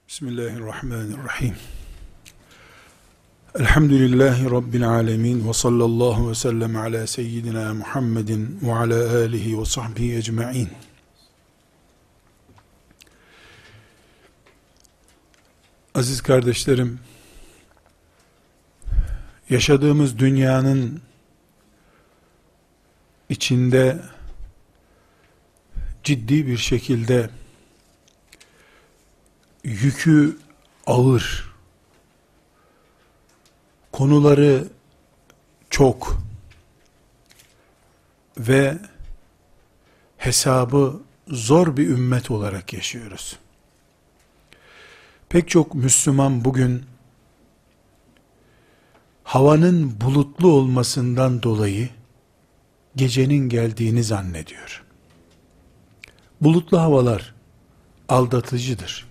Bismillahirrahmanirrahim. Elhamdülillahi Rabbil alemin ve sallallahu ve sellem ala seyyidina Muhammedin ve ala alihi ve sahbihi ecma'in. Aziz kardeşlerim, yaşadığımız dünyanın içinde ciddi bir şekilde yükü ağır, konuları çok ve hesabı zor bir ümmet olarak yaşıyoruz. Pek çok Müslüman bugün havanın bulutlu olmasından dolayı gecenin geldiğini zannediyor. Bulutlu havalar aldatıcıdır.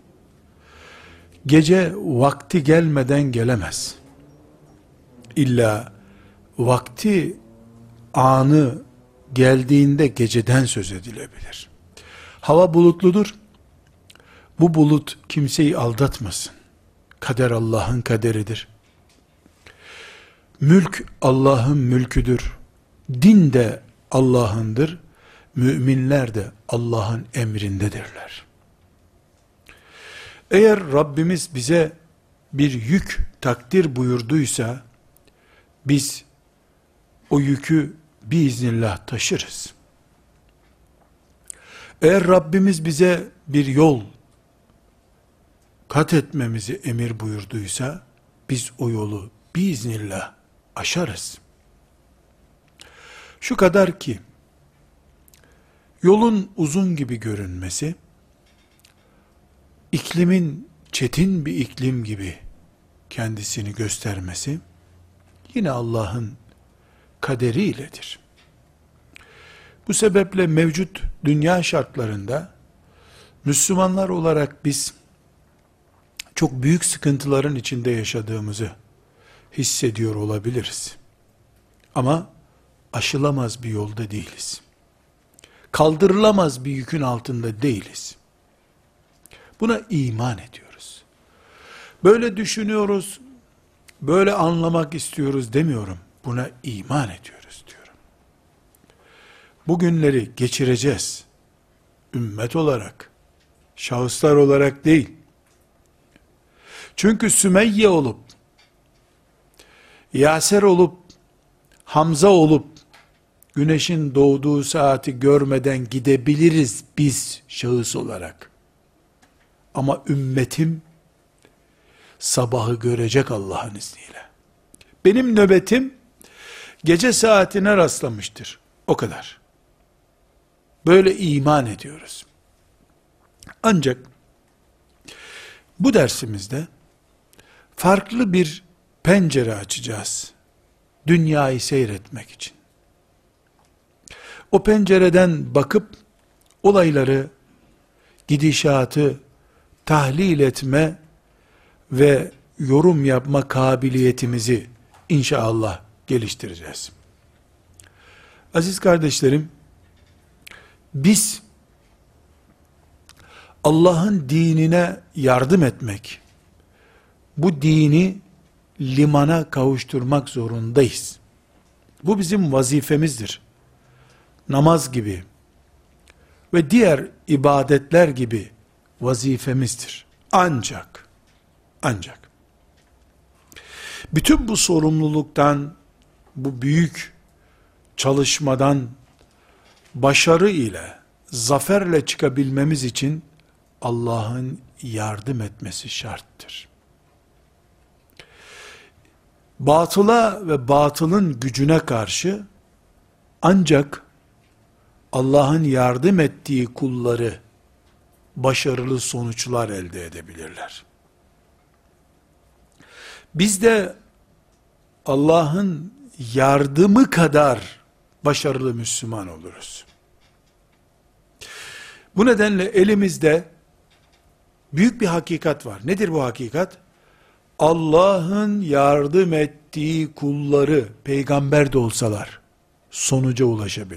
Gece vakti gelmeden gelemez. İlla vakti, anı geldiğinde geceden söz edilebilir. Hava bulutludur. Bu bulut kimseyi aldatmasın. Kader Allah'ın kaderidir. Mülk Allah'ın mülküdür. Din de Allah'ındır. Müminler de Allah'ın emrindedirler. Eğer Rabbimiz bize bir yük takdir buyurduysa, biz o yükü biiznillah taşırız. Eğer Rabbimiz bize bir yol kat etmemizi emir buyurduysa, biz o yolu biiznillah aşarız. Şu kadar ki, yolun uzun gibi görünmesi, iklimin çetin bir iklim gibi kendisini göstermesi, yine Allah'ın kaderiyledir. Bu sebeple mevcut dünya şartlarında, Müslümanlar olarak biz, çok büyük sıkıntıların içinde yaşadığımızı hissediyor olabiliriz. Ama aşılamaz bir yolda değiliz. Kaldırılamaz bir yükün altında değiliz. Buna iman ediyoruz. Böyle düşünüyoruz, böyle anlamak istiyoruz demiyorum. Buna iman ediyoruz diyorum. Bu günleri geçireceğiz. Ümmet olarak, şahıslar olarak değil. Çünkü Sümeyye olup, Yaser olup, Hamza olup, güneşin doğduğu saati görmeden gidebiliriz biz şahıs olarak. Ama ümmetim sabahı görecek Allah'ın izniyle. Benim nöbetim gece saatine rastlamıştır. O kadar. Böyle iman ediyoruz. Ancak bu dersimizde farklı bir pencere açacağız. Dünyayı seyretmek için. O pencereden bakıp olayları, gidişatı tahlil etme ve yorum yapma kabiliyetimizi inşallah geliştireceğiz. Aziz kardeşlerim, biz Allah'ın dinine yardım etmek, bu dini limana kavuşturmak zorundayız. Bu bizim vazifemizdir. Namaz gibi ve diğer ibadetler gibi vazifemizdir. Ancak bütün bu sorumluluktan, bu büyük çalışmadan başarı ile, zaferle çıkabilmemiz için Allah'ın yardım etmesi şarttır. Batıla ve batılın gücüne karşı ancak Allah'ın yardım ettiği kulları başarılı sonuçlar elde edebilirler. Biz de Allah'ın yardımı kadar başarılı Müslüman oluruz. Bu nedenle elimizde büyük bir hakikat var. Nedir bu hakikat? Allah'ın yardım ettiği kulları peygamber de olsalar sonuca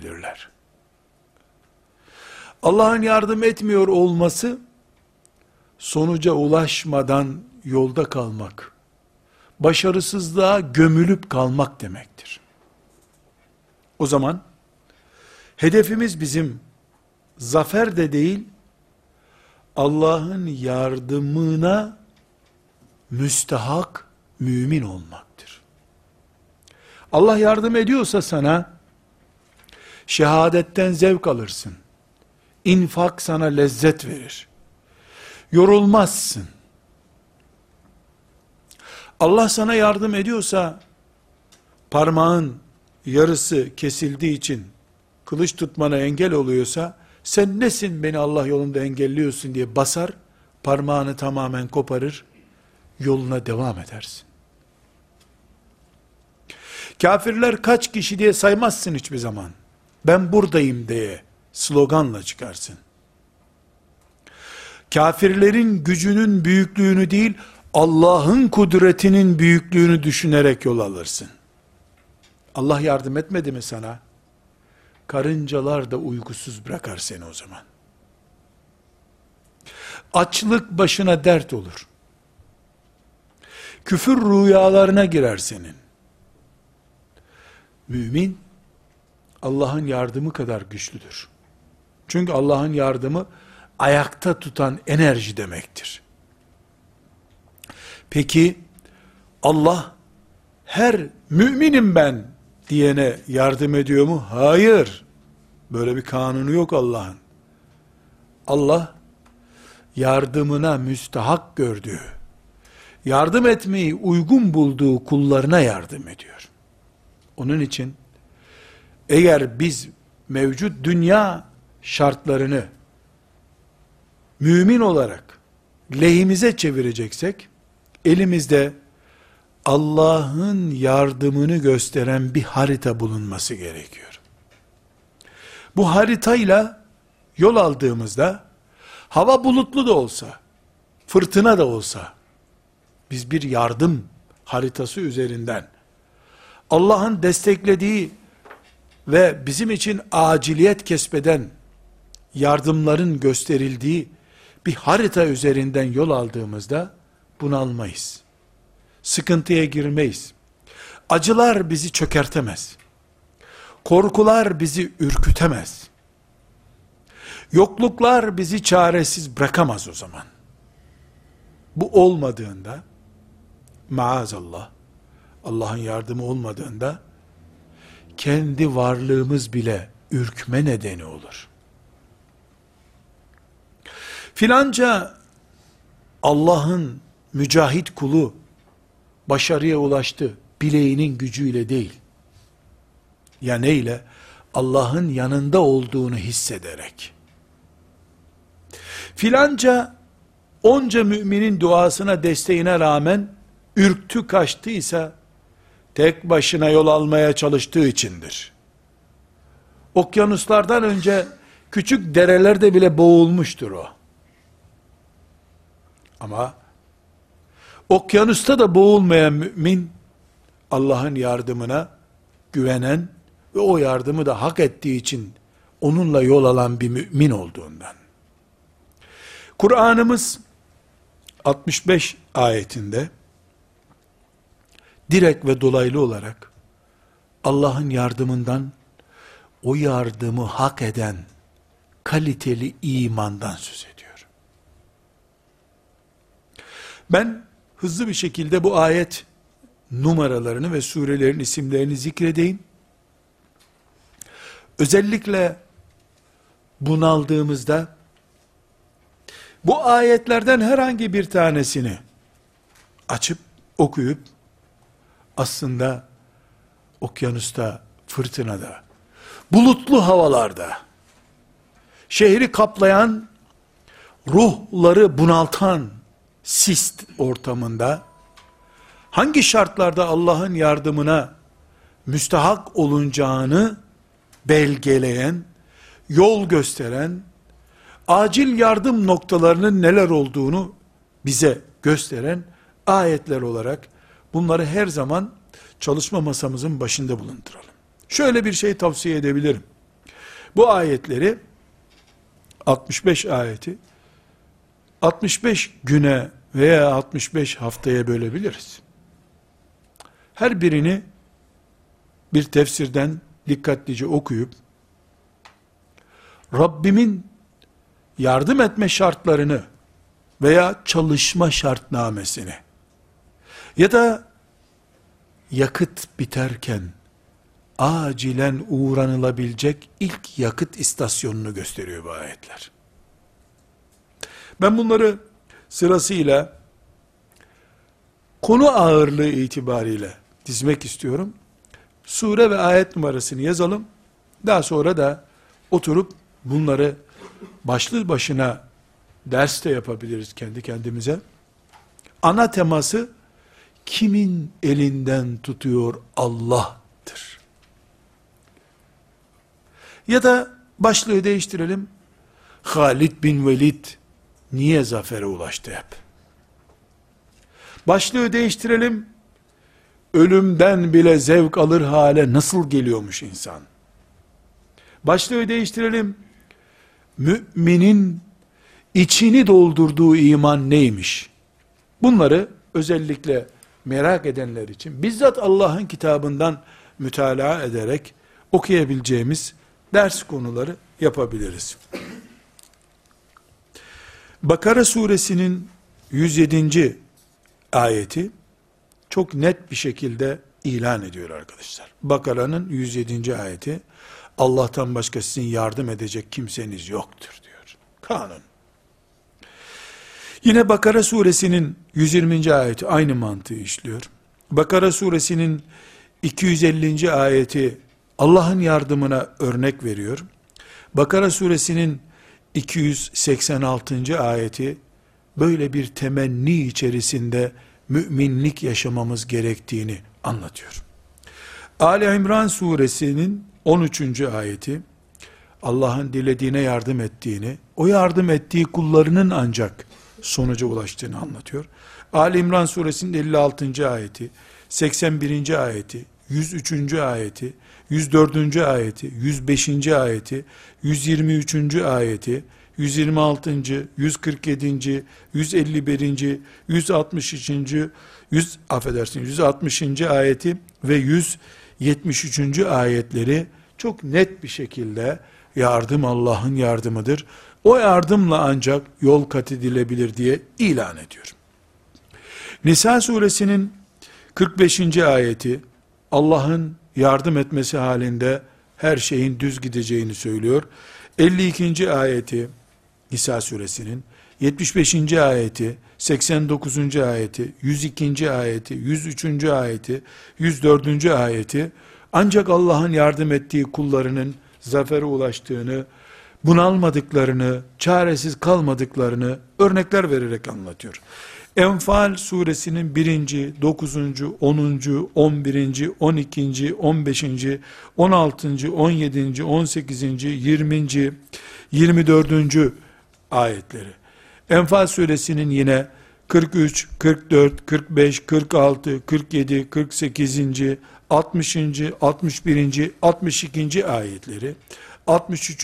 ulaşabilirler. Allah'ın yardım etmiyor olması sonuca ulaşmadan yolda kalmak, başarısızlığa gömülüp kalmak demektir. O zaman hedefimiz bizim zafer de değil, Allah'ın yardımına müstahak mümin olmaktır. Allah yardım ediyorsa sana, şehadetten zevk alırsın. İnfak sana lezzet verir. Yorulmazsın. Allah sana yardım ediyorsa, parmağın yarısı kesildiği için, kılıç tutmana engel oluyorsa, sen nesin beni Allah yolunda engelliyorsun diye basar, parmağını tamamen koparır, yoluna devam edersin. Kafirler kaç kişi diye saymazsın hiçbir zaman. Ben buradayım diye sloganla çıkarsın. Kafirlerin gücünün büyüklüğünü değil, Allah'ın kudretinin büyüklüğünü düşünerek yol alırsın. Allah yardım etmedi mi sana? Karıncalar da uykusuz bırakar seni o zaman. Açlık başına dert olur. Küfür rüyalarına girer senin. Mümin, Allah'ın yardımı kadar güçlüdür. Çünkü Allah'ın yardımı, ayakta tutan enerji demektir. Peki, Allah, her müminim ben diyene yardım ediyor mu? Hayır. Böyle bir kanunu yok Allah'ın. Allah, yardımına müstahak gördüğü, yardım etmeyi uygun bulduğu kullarına yardım ediyor. Onun için, eğer biz mevcut dünya şartlarını mümin olarak lehimize çevireceksek, elimizde Allah'ın yardımını gösteren bir harita bulunması gerekiyor. Bu haritayla yol aldığımızda, hava bulutlu da olsa, fırtına da olsa, biz bir yardım haritası üzerinden, Allah'ın desteklediği ve bizim için aciliyet kesbeden yardımların gösterildiği bir harita üzerinden yol aldığımızda bunalmayız. Sıkıntıya girmeyiz. Acılar bizi çökertemez. Korkular bizi ürkütemez. Yokluklar bizi çaresiz bırakamaz o zaman. Bu olmadığında, maazallah, Allah'ın yardımı olmadığında, kendi varlığımız bile ürkme nedeni olur. Filanca Allah'ın mücahit kulu başarıya ulaştı bileğinin gücüyle değil. Ya neyle? Allah'ın yanında olduğunu hissederek. Filanca onca müminin duasına, desteğine rağmen ürktü kaçtıysa, tek başına yol almaya çalıştığı içindir. Okyanuslardan önce küçük derelerde bile boğulmuştur o. Ama okyanusta da boğulmayan mümin, Allah'ın yardımına güvenen ve o yardımı da hak ettiği için onunla yol alan bir mümin olduğundan. Kur'an'ımız 65 ayetinde direkt ve dolaylı olarak Allah'ın yardımından, o yardımı hak eden kaliteli imandan söz ediyor. Ben hızlı bir şekilde bu ayet numaralarını ve surelerin isimlerini zikredeyim. Özellikle bunaldığımızda bu ayetlerden herhangi bir tanesini açıp okuyup aslında okyanusta, fırtınada, bulutlu havalarda, şehri kaplayan, ruhları bunaltan sis ortamında, hangi şartlarda Allah'ın yardımına müstahak olunacağını belgeleyen, yol gösteren, acil yardım noktalarının neler olduğunu bize gösteren ayetler olarak bunları her zaman çalışma masamızın başında bulunduralım. Şöyle bir şey tavsiye edebilirim. Bu ayetleri, 65 ayeti 65 güne veya 65 haftaya bölebiliriz. Her birini bir tefsirden dikkatlice okuyup, Rabbimin yardım etme şartlarını veya çalışma şartnamesini ya da yakıt biterken acilen uğranılabilecek ilk yakıt istasyonunu gösteriyor bu ayetler. Ben bunları sırasıyla konu ağırlığı itibariyle dizmek istiyorum. Sure ve ayet numarasını yazalım. Daha sonra da oturup bunları başlı başına ders de yapabiliriz kendi kendimize. Ana teması kimin elinden tutuyor Allah'tır. Ya da başlığı değiştirelim. Halid bin Velid niye zafere ulaştı hep? Başlığı değiştirelim. Ölümden bile zevk alır hale nasıl geliyormuş insan? Başlığı değiştirelim. Müminin içini doldurduğu iman neymiş? Bunları özellikle merak edenler için bizzat Allah'ın kitabından mütalaa ederek okuyabileceğimiz ders konuları yapabiliriz. Bakara suresinin 107. ayeti çok net bir şekilde ilan ediyor arkadaşlar. Bakara'nın 107. ayeti, Allah'tan başka sizin yardım edecek kimseniz yoktur diyor. Kanun. Yine Bakara suresinin 120. ayeti aynı mantığı işliyor. Bakara suresinin 250. ayeti Allah'ın yardımına örnek veriyor. Bakara suresinin 286. ayeti böyle bir temenni içerisinde müminlik yaşamamız gerektiğini anlatıyor. Ali İmran suresinin 13. ayeti Allah'ın dilediğine yardım ettiğini, o yardım ettiği kullarının ancak sonuca ulaştığını anlatıyor. Ali İmran suresinin 56. ayeti, 81. ayeti, 103. ayeti, 104. ayeti, 105. ayeti, 123. ayeti, 126. 147. 151. 163. 160. ayeti ve 173. ayetleri çok net bir şekilde yardım Allah'ın yardımıdır. O yardımla ancak yol kat edilebilir diye ilan ediyor. Nisa suresinin 45. ayeti Allah'ın yardım etmesi halinde her şeyin düz gideceğini söylüyor. 52. ayeti Nisa suresinin 75. ayeti, 89. ayeti, 102. ayeti, 103. ayeti, 104. ayeti ancak Allah'ın yardım ettiği kullarının zafere ulaştığını, bunalmadıklarını, çaresiz kalmadıklarını örnekler vererek anlatıyor. Enfal suresinin 1. 9. 10. 11. 12. 15. 16. 17. 18. 20. 24. ayetleri. Enfal suresinin yine 43, 44, 45, 46, 47, 48. 60. 61. 62. ayetleri, 63.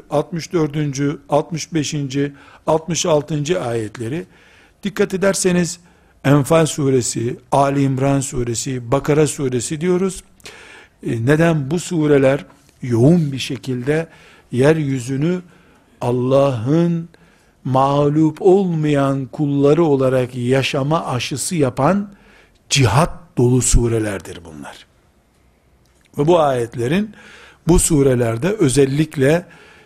64. 65. 66. ayetleri dikkat ederseniz Enfal suresi, Ali İmran suresi, Bakara suresi diyoruz. Neden bu sureler yoğun bir şekilde yeryüzünü Allah'ın mağlup olmayan kulları olarak yaşama aşısı yapan cihat dolu surelerdir bunlar. Ve bu ayetlerin bu surelerde özellikle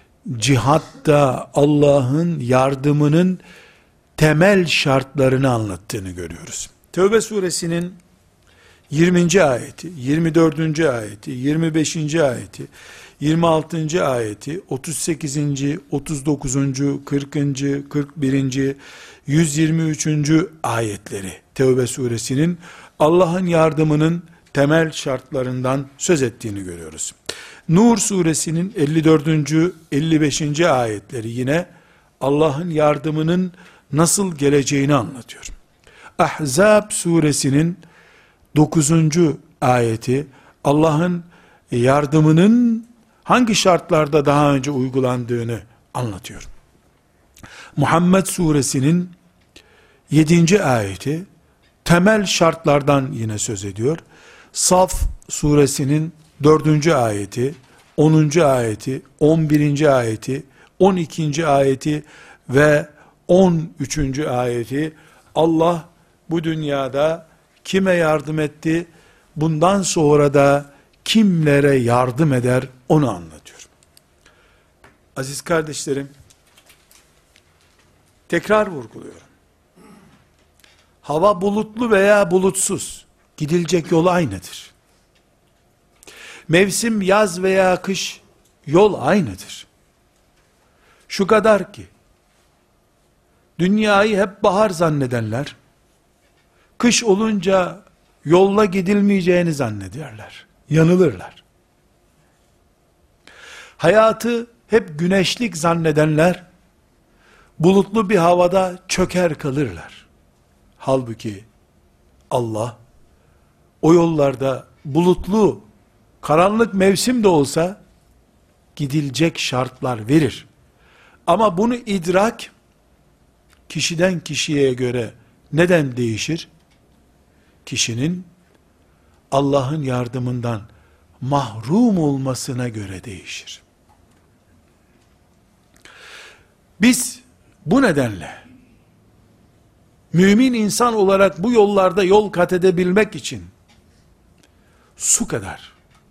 cihatta Allah'ın yardımının temel şartlarını anlattığını görüyoruz. Tevbe suresinin 20. ayeti, 24. ayeti, 25. ayeti, 26. ayeti, 38. 39. 40. 41. 123. ayetleri Tevbe suresinin Allah'ın yardımının temel şartlarından söz ettiğini görüyoruz. Nur suresinin 54. 55. ayetleri yine Allah'ın yardımının nasıl geleceğini anlatıyor. Ahzab suresinin 9. ayeti Allah'ın yardımının hangi şartlarda daha önce uygulandığını anlatıyor. Muhammed suresinin 7. ayeti temel şartlardan yine söz ediyor. Saf suresinin 4. ayeti, 10. ayeti, 11. ayeti, 12. ayeti ve 13. ayeti Allah bu dünyada kime yardım etti, bundan sonra da kimlere yardım eder onu anlatıyor. Aziz kardeşlerim, tekrar vurguluyorum. Hava bulutlu veya bulutsuz, gidilecek yol aynıdır. Mevsim yaz veya kış, yol aynıdır. Şu kadar ki, dünyayı hep bahar zannedenler, kış olunca yolla gidilmeyeceğini zannederler. Yanılırlar. Hayatı hep güneşlik zannedenler, bulutlu bir havada çöker kalırlar. Halbuki Allah, o yollarda bulutlu, karanlık mevsim de olsa, gidilecek şartlar verir. Ama bunu idrak, kişiden kişiye göre neden değişir? Kişinin Allah'ın yardımından mahrum olmasına göre değişir. Biz bu nedenle mümin insan olarak bu yollarda yol kat edebilmek için su kadar,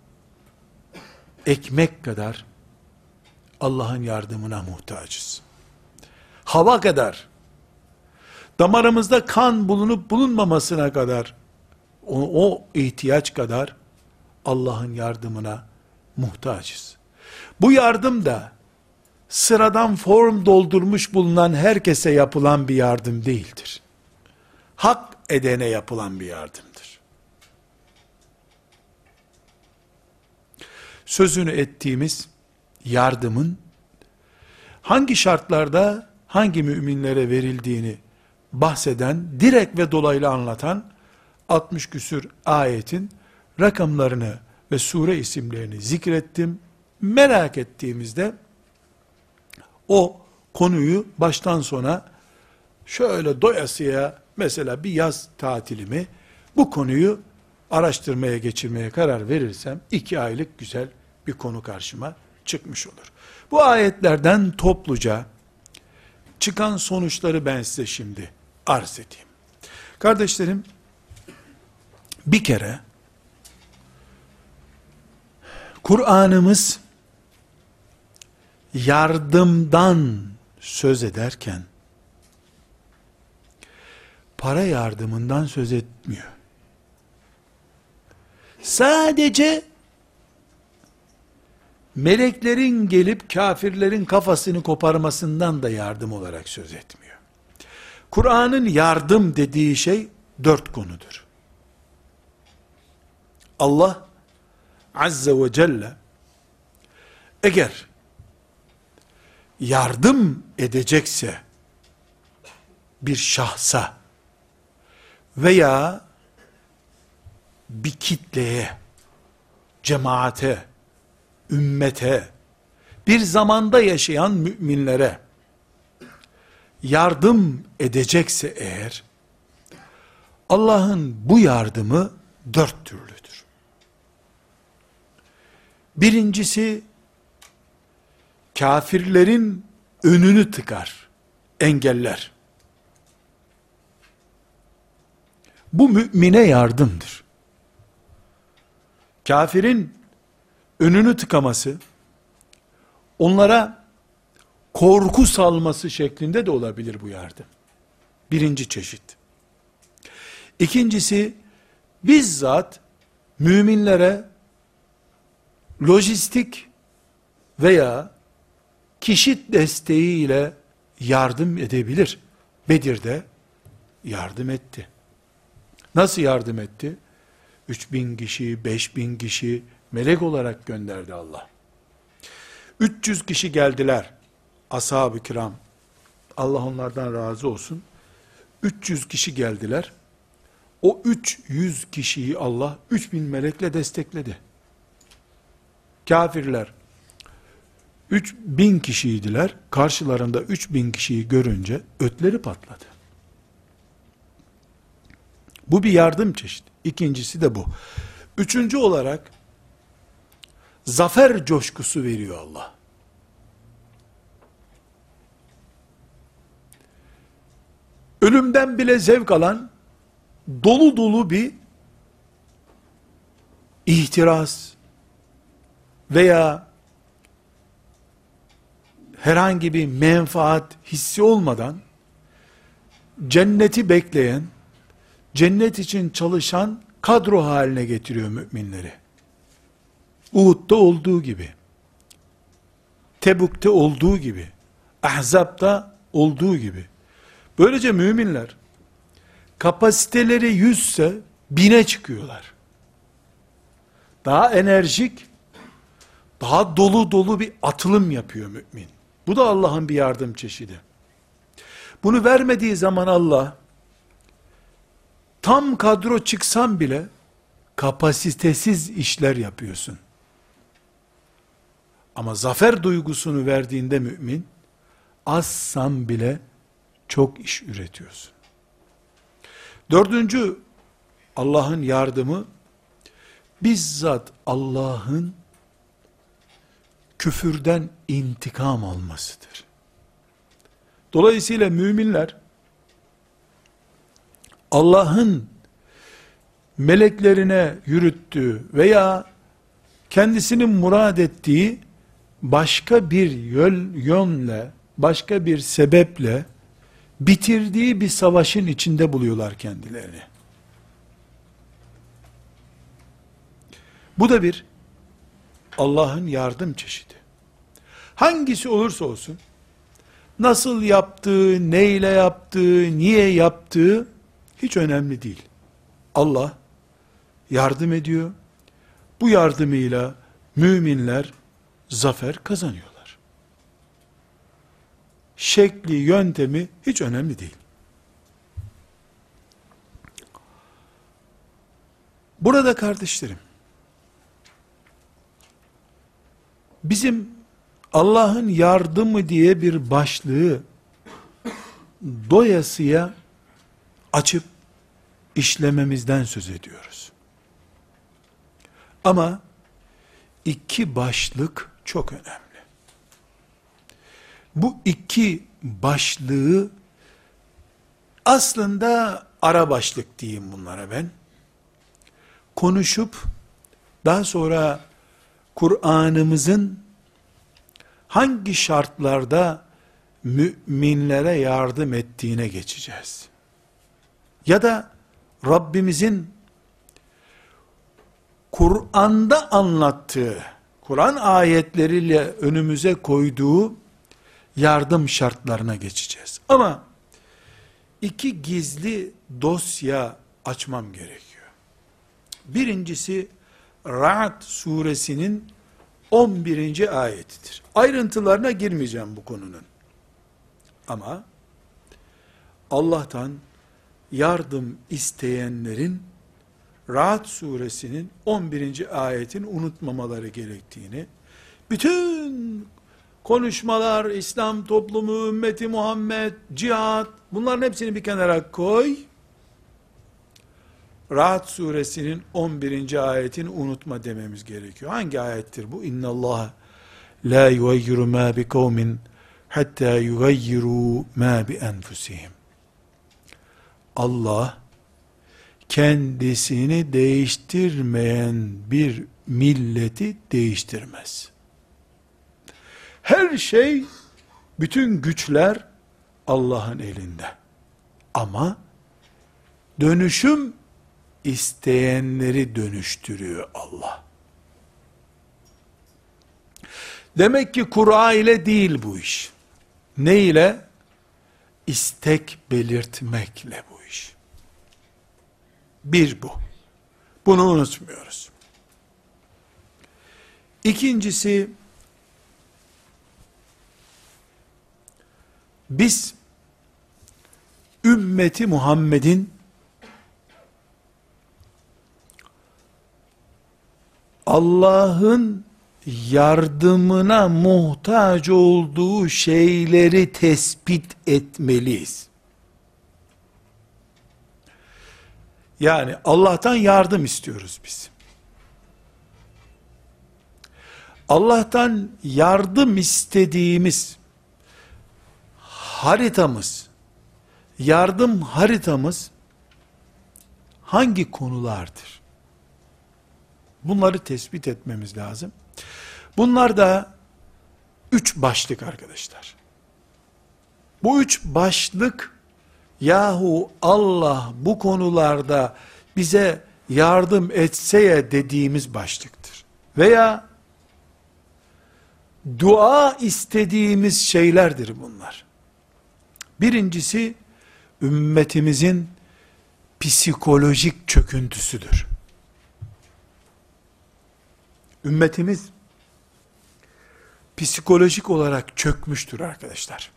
ekmek kadar Allah'ın yardımına muhtacız. Hava kadar, damarımızda kan bulunup bulunmamasına kadar, o ihtiyaç kadar Allah'ın yardımına muhtacız. Bu yardım da sıradan form doldurmuş bulunan herkese yapılan bir yardım değildir. Hak edene yapılan bir yardımdır. Sözünü ettiğimiz yardımın hangi şartlarda hangi müminlere verildiğini bahseden, direkt ve dolaylı anlatan 60 küsür ayetin rakamlarını ve sure isimlerini zikrettim. Merak ettiğimizde o konuyu baştan sona şöyle doyasıya, mesela bir yaz tatilimi bu konuyu araştırmaya geçirmeye karar verirsem 2 aylık güzel bir konu karşıma çıkmış olur. Bu ayetlerden topluca çıkan sonuçları ben size şimdi arz edeyim. Kardeşlerim, bir kere Kur'an'ımız yardımdan söz ederken para yardımından söz etmiyor. Sadece meleklerin gelip kafirlerin kafasını koparmasından da yardım olarak söz etmiyor. Kur'an'ın yardım dediği şey 4 konudur. Allah Azze ve Celle eğer yardım edecekse bir şahsa veya bir kitleye, cemaate, ümmete, bir zamanda yaşayan müminlere yardım edecekse eğer, Allah'ın bu yardımı 4 türlüdür. Birincisi, kafirlerin önünü tıkar, engeller. Bu mümine yardımdır. Kafirin önünü tıkaması, onlara korku salması şeklinde de olabilir bu yardım. Birinci çeşit. İkincisi, bizzat müminlere lojistik veya kişi desteğiyle yardım edebilir. Bedir'de yardım etti. Nasıl yardım etti? 3000 kişi, 5000 kişi melek olarak gönderdi Allah. 300 kişi geldiler. Ashab-ı kiram, Allah onlardan razı olsun. 300 kişi geldiler. O 300 kişiyi Allah 3000 melekle destekledi. Kafirler 3000 kişiydiler. Karşılarında 3000 kişiyi görünce ötleri patladı. Bu bir yardım çeşidi. İkincisi de bu. Üçüncü olarak zafer coşkusu veriyor Allah. Ölümden bile zevk alan dolu dolu bir ihtiras veya herhangi bir menfaat hissi olmadan cenneti bekleyen, cennet için çalışan kadro haline getiriyor müminleri. Uhud'da olduğu gibi, Tebuk'te olduğu gibi, Ahzab'da olduğu gibi. Böylece müminler kapasiteleri 100 ise 1000'e çıkıyorlar. Daha enerjik, daha dolu dolu bir atılım yapıyor mümin. Bu da Allah'ın bir yardım çeşidi. Bunu vermediği zaman Allah, tam kadro çıksan bile, kapasitesiz işler yapıyorsun. Ama zafer duygusunu verdiğinde mümin, azsan bile çok iş üretiyorsun. Dördüncü, Allah'ın yardımı, bizzat Allah'ın küfürden intikam almasıdır. Dolayısıyla müminler, Allah'ın meleklerine yürüttüğü veya kendisinin murad ettiği başka bir yönle, başka bir sebeple bitirdiği bir savaşın içinde buluyorlar kendilerini. Bu da bir Allah'ın yardım çeşidi. Hangisi olursa olsun, nasıl yaptığı, neyle yaptığı, niye yaptığı hiç önemli değil. Allah yardım ediyor. Bu yardımıyla müminler zafer kazanıyorlar. Şekli, yöntemi hiç önemli değil. Burada kardeşlerim, bizim Allah'ın yardımı diye bir başlığı doyasıya açıp işlememizden söz ediyoruz. Ama iki başlık çok önemli. Bu iki başlığı aslında ara başlık diyeyim bunlara ben. Konuşup daha sonra Kur'an'ımızın hangi şartlarda müminlere yardım ettiğine geçeceğiz. Ya da Rabbimizin Kur'an'da anlattığı, Kur'an ayetleriyle önümüze koyduğu yardım şartlarına geçeceğiz. Ama iki gizli dosya açmam gerekiyor. Birincisi Ra'd suresinin 11. ayetidir. Ayrıntılarına girmeyeceğim bu konunun. Ama Allah'tan yardım isteyenlerin Ra'd suresinin 11. ayetini unutmamaları gerektiğini, bütün konuşmalar, İslam toplumu, ümmeti Muhammed, cihat, bunların hepsini bir kenara koy, Ra'd suresinin 11. ayetini unutma dememiz gerekiyor. Hangi ayettir bu? İnna Allah la yugayyiru ma bi kavmin hatta yugayyiru ma bi enfusihim. Allah kendisini değiştirmeyen bir milleti değiştirmez. Her şey, bütün güçler Allah'ın elinde. Ama dönüşüm isteyenleri dönüştürüyor Allah. Demek ki Kur'a ile değil bu iş. Ne ile? İstek belirtmekle bu iş. Bir bu. Bunu unutmuyoruz. İkincisi, biz ümmeti Muhammed'in Allah'ın yardımına muhtaç olduğu şeyleri tespit etmeliyiz. Yani Allah'tan yardım istiyoruz biz. Allah'tan yardım istediğimiz haritamız, yardım haritamız hangi konulardır? Bunları tespit etmemiz lazım. Bunlar da 3 başlık arkadaşlar. Bu 3 başlık, yahu Allah bu konularda bize yardım etseye dediğimiz başlıktır. Veya dua istediğimiz şeylerdir bunlar. Birincisi, ümmetimizin psikolojik çöküntüsüdür. Ümmetimiz psikolojik olarak çökmüştür arkadaşlar.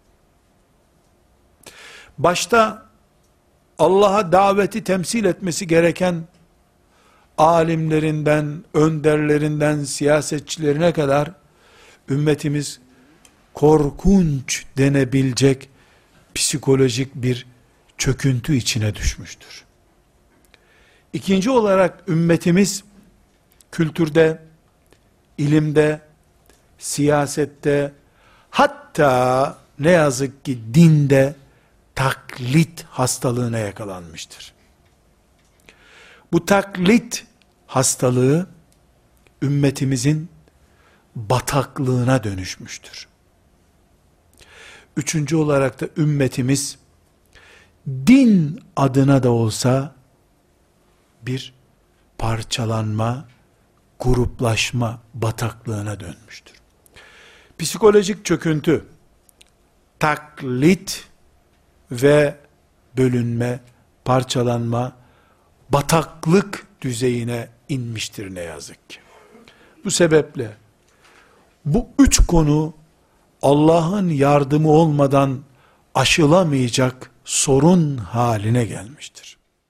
Başta Allah'a daveti temsil etmesi gereken alimlerinden, önderlerinden, siyasetçilerine kadar ümmetimiz korkunç denebilecek psikolojik bir çöküntü içine düşmüştür. İkinci olarak ümmetimiz kültürde, ilimde, siyasette, hatta ne yazık ki dinde taklit hastalığına yakalanmıştır. Bu taklit hastalığı ümmetimizin bataklığına dönüşmüştür. Üçüncü olarak da ümmetimiz din adına da olsa bir parçalanma, gruplaşma bataklığına dönmüştür. Psikolojik çöküntü, taklit ve bölünme, parçalanma, bataklık düzeyine inmiştir ne yazık ki. Bu sebeple bu 3 konu Allah'ın yardımı olmadan aşılamayacak sorun haline gelmiştir.